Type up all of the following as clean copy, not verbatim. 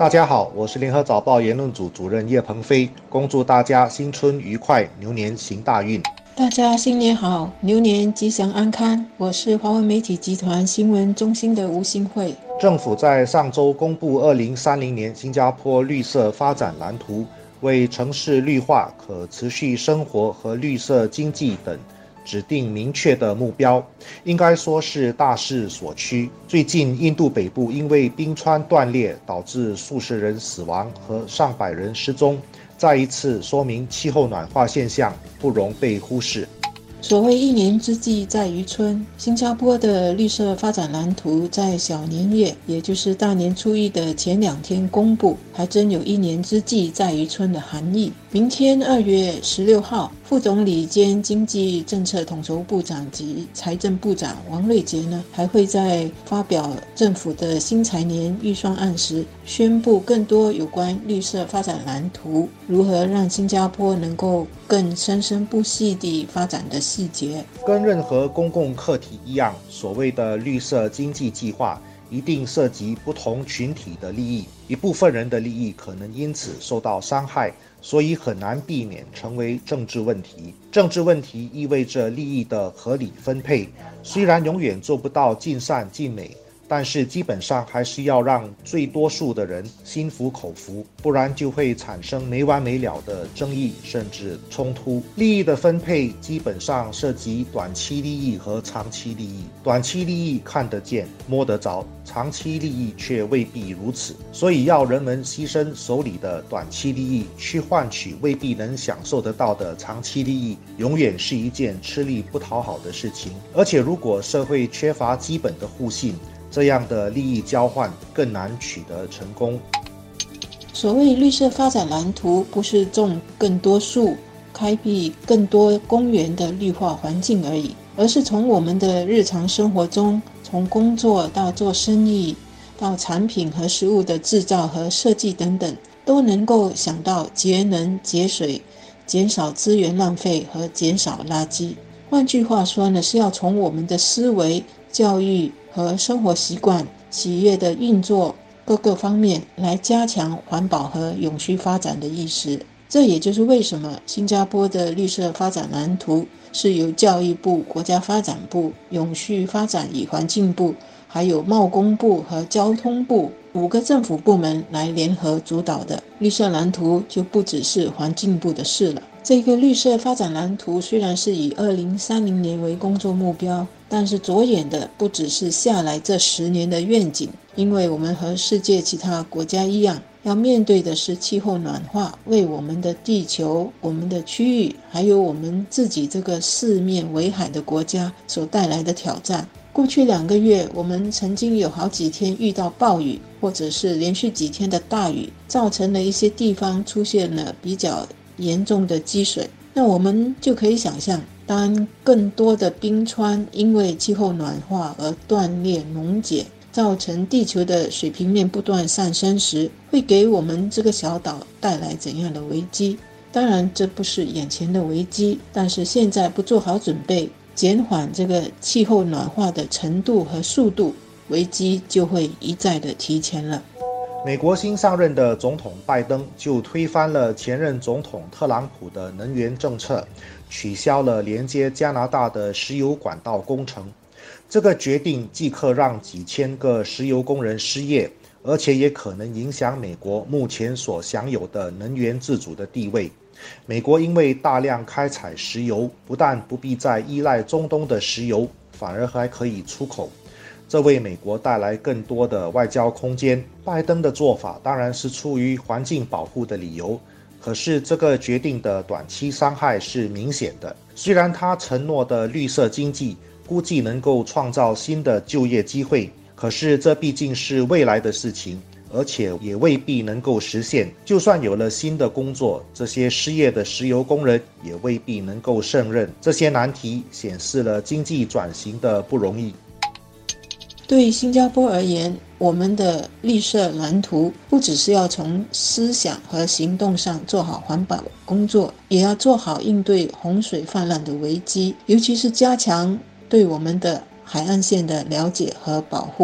大家好，我是联合早报言论组主任叶鹏飞，恭祝大家新春愉快，牛年行大运。 大家新年好，牛年吉祥安康。我是华文媒体集团新闻中心的吴新慧。 政府在上周公布2030年新加坡绿色发展蓝图，为城市绿化、可持续生活和绿色经济等指定明确的目标，应该说是大势所趋。最近印度北部因为冰川断裂导致数十人死亡和上百人失踪，再一次说明气候暖化现象不容被忽视。 所谓一年之计在于春，新加坡的绿色发展蓝图在小年夜，也就是大年初一的前2天公布，还真有一年之计在于春的含义。明天2月16号，副总理兼经济政策统筹部长及财政部长王瑞杰呢，还会在发表政府的新财年预算案时，宣布更多有关绿色发展蓝图如何让新加坡能够更生生不息地发展的细节。 跟任何公共课题一样，所谓的绿色经济计划一定涉及不同群体的利益，一部分人的利益可能因此受到伤害，所以很难避免成为政治问题。政治问题意味着利益的合理分配，虽然永远做不到尽善尽美，但是基本上还是要让最多数的人心服口服，不然就会产生没完没了的争议甚至冲突。利益的分配基本上涉及短期利益和长期利益，短期利益看得见摸得着，长期利益却未必如此，所以要人们牺牲手里的短期利益去换取未必能享受得到的长期利益，永远是一件吃力不讨好的事情。而且如果社会缺乏基本的互信，这样的利益交换更难取得成功。 所谓绿色发展蓝图，不是种更多树、开辟更多公园的绿化环境而已，而是从我们的日常生活中，从工作到做生意，到产品和食物的制造和设计等等，都能够想到节能节水，减少资源浪费和减少垃圾。换句话说呢，是要从我们的思维、教育和生活习惯、企业的运作各个方面来加强环保和永续发展的意识。这也就是为什么新加坡的绿色发展蓝图是由教育部、国家发展部、永续发展与环境部，还有贸工部和交通部5个政府部门来联合主导的。绿色蓝图就不只是环境部的事了。这个绿色发展蓝图虽然是以2030年为工作目标，但是着眼的不只是下来这10年的愿景，因为我们和世界其他国家一样，要面对的是气候暖化为我们的地球、我们的区域，还有我们自己这个四面围海的国家所带来的挑战。过去2个月，我们曾经有好几天遇到暴雨，或者是连续几天的大雨，造成了一些地方出现了比较严重的积水。那我们就可以想象，当更多的冰川因为气候暖化而断裂溶解，造成地球的水平面不断上升时，会给我们这个小岛带来怎样的危机。当然这不是眼前的危机，但是现在不做好准备，减缓这个气候暖化的程度和速度，危机就会一再的提前了。 美国新上任的总统拜登就推翻了前任总统特朗普的能源政策，取消了连接加拿大的石油管道工程。这个决定即刻让几千个石油工人失业，而且也可能影响美国目前所享有的能源自主的地位。美国因为大量开采石油，不但不必再依赖中东的石油，反而还可以出口，这为美国带来更多的外交空间。拜登的做法当然是出于环境保护的理由，可是这个决定的短期伤害是明显的。虽然他承诺的绿色经济估计能够创造新的就业机会，可是这毕竟是未来的事情，而且也未必能够实现。就算有了新的工作，这些失业的石油工人也未必能够胜任。这些难题显示了经济转型的不容易。 对新加坡而言，我们的绿色蓝图不只是要从思想和行动上做好环保工作，也要做好应对洪水泛滥的危机，尤其是加强对我们的海岸线的了解和保护。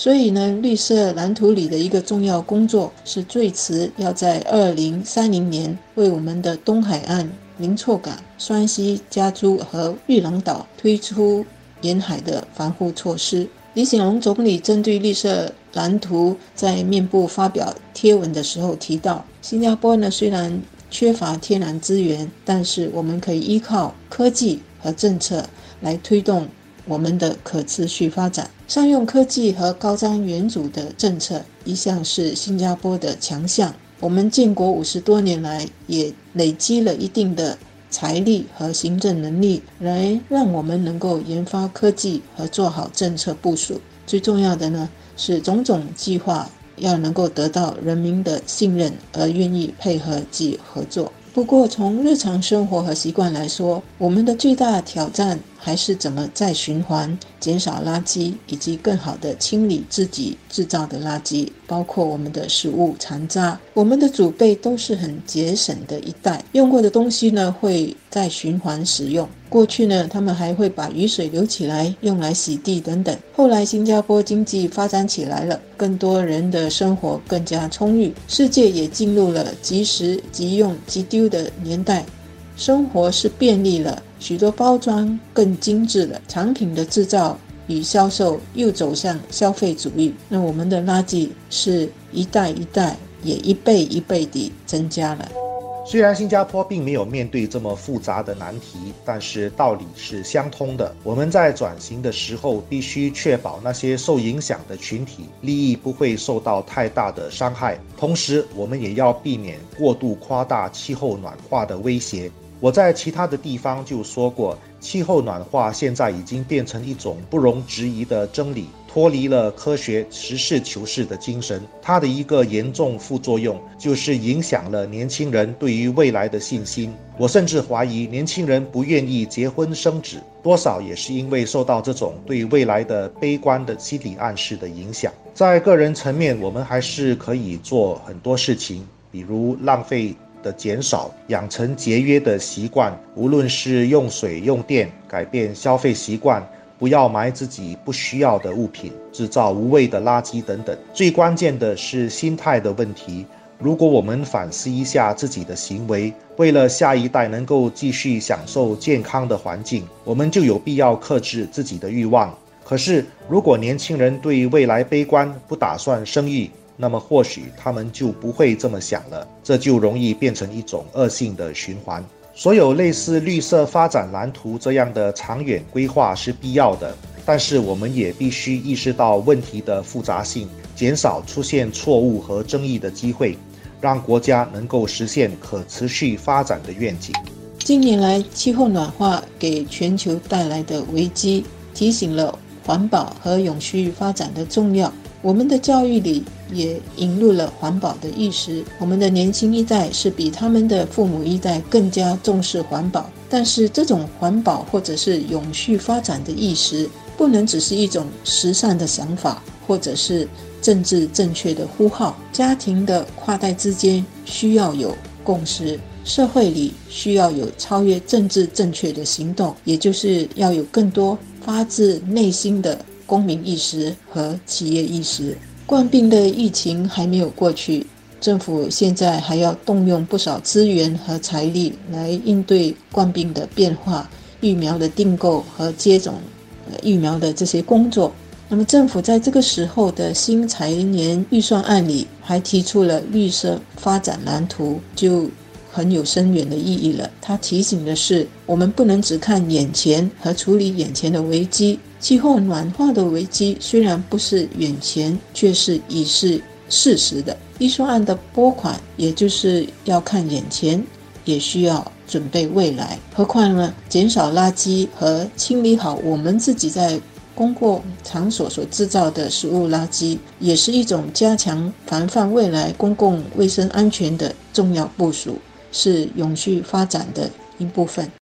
所以呢，绿色蓝图里的一个重要工作是最迟要在2030年为我们的东海岸、林厝港、双溪、嘉珠和玉郎岛推出沿海的防护措施。李显龙总理针对绿色蓝图在面部发表贴文的时候提到，新加坡呢虽然缺乏天然资源，但是我们可以依靠科技和政策来推动我们的可持续发展。善用科技和高瞻远瞩的政策一向是新加坡的强项，我们建国50多年来也累积了一定的财力和行政能力，来让我们能够研发科技和做好政策部署。最重要的呢，是种种计划要能够得到人民的信任而愿意配合及合作。不过从日常生活和习惯来说，我们的最大挑战还是怎么再循环，减少垃圾，以及更好的清理自己制造的垃圾，包括我们的食物残渣。我们的祖辈都是很节省的一代，用过的东西呢会再循环使用。过去呢，他们还会把雨水留起来用来洗地等等。后来新加坡经济发展起来了，更多人的生活更加充裕，世界也进入了即食即用即丢的年代，生活是便利了，许多包装更精致了，产品的制造与销售又走向消费主义。那我们的垃圾是一代一代也一倍一倍地增加了。 虽然新加坡并没有面对这么复杂的难题，但是道理是相通的。我们在转型的时候，必须确保那些受影响的群体利益不会受到太大的伤害，同时我们也要避免过度夸大气候暖化的威胁。我在其他的地方就说过，气候暖化现在已经变成一种不容置疑的真理，脱离了科学实事求是的精神。它的一个严重副作用就是影响了年轻人对于未来的信心。我甚至怀疑年轻人不愿意结婚生子，多少也是因为受到这种对未来的悲观的心理暗示的影响。在个人层面，我们还是可以做很多事情，比如浪费的减少，养成节约的习惯，无论是用水用电，改变消费习惯，不要买自己不需要的物品，制造无谓的垃圾等等。最关键的是心态的问题。如果我们反思一下自己的行为，为了下一代能够继续享受健康的环境，我们就有必要克制自己的欲望。可是如果年轻人对未来悲观，不打算生育，那么或许他们就不会这么想了，这就容易变成一种恶性的循环。所有类似绿色发展蓝图这样的长远规划是必要的，但是我们也必须意识到问题的复杂性，减少出现错误和争议的机会，让国家能够实现可持续发展的愿景。 近年来，气候暖化给全球带来的危机，提醒了环保和永续发展的重要。我们的教育里也引入了环保的意识，我们的年轻一代是比他们的父母一代更加重视环保，但是这种环保或者是永续发展的意识，不能只是一种时尚的想法，或者是政治正确的呼号。家庭的跨代之间需要有共识，社会里需要有超越政治正确的行动，也就是要有更多发自内心的公民意识和企业意识。冠病的疫情还没有过去，政府现在还要动用不少资源和财力来应对冠病的变化、疫苗的订购和接种疫苗的这些工作。那么政府在这个时候的新财年预算案里还提出了绿色发展蓝图，就很有深远的意义了。它提醒的是，我们不能只看眼前和处理眼前的危机。气候暖化的危机虽然不是眼前，却是已是事实的。预算案的拨款也就是要看眼前，也需要准备未来。何况呢，减少垃圾和清理好我们自己在公共场所所制造的食物垃圾，也是一种加强防范未来公共卫生安全的重要部署，是永续发展的一部分。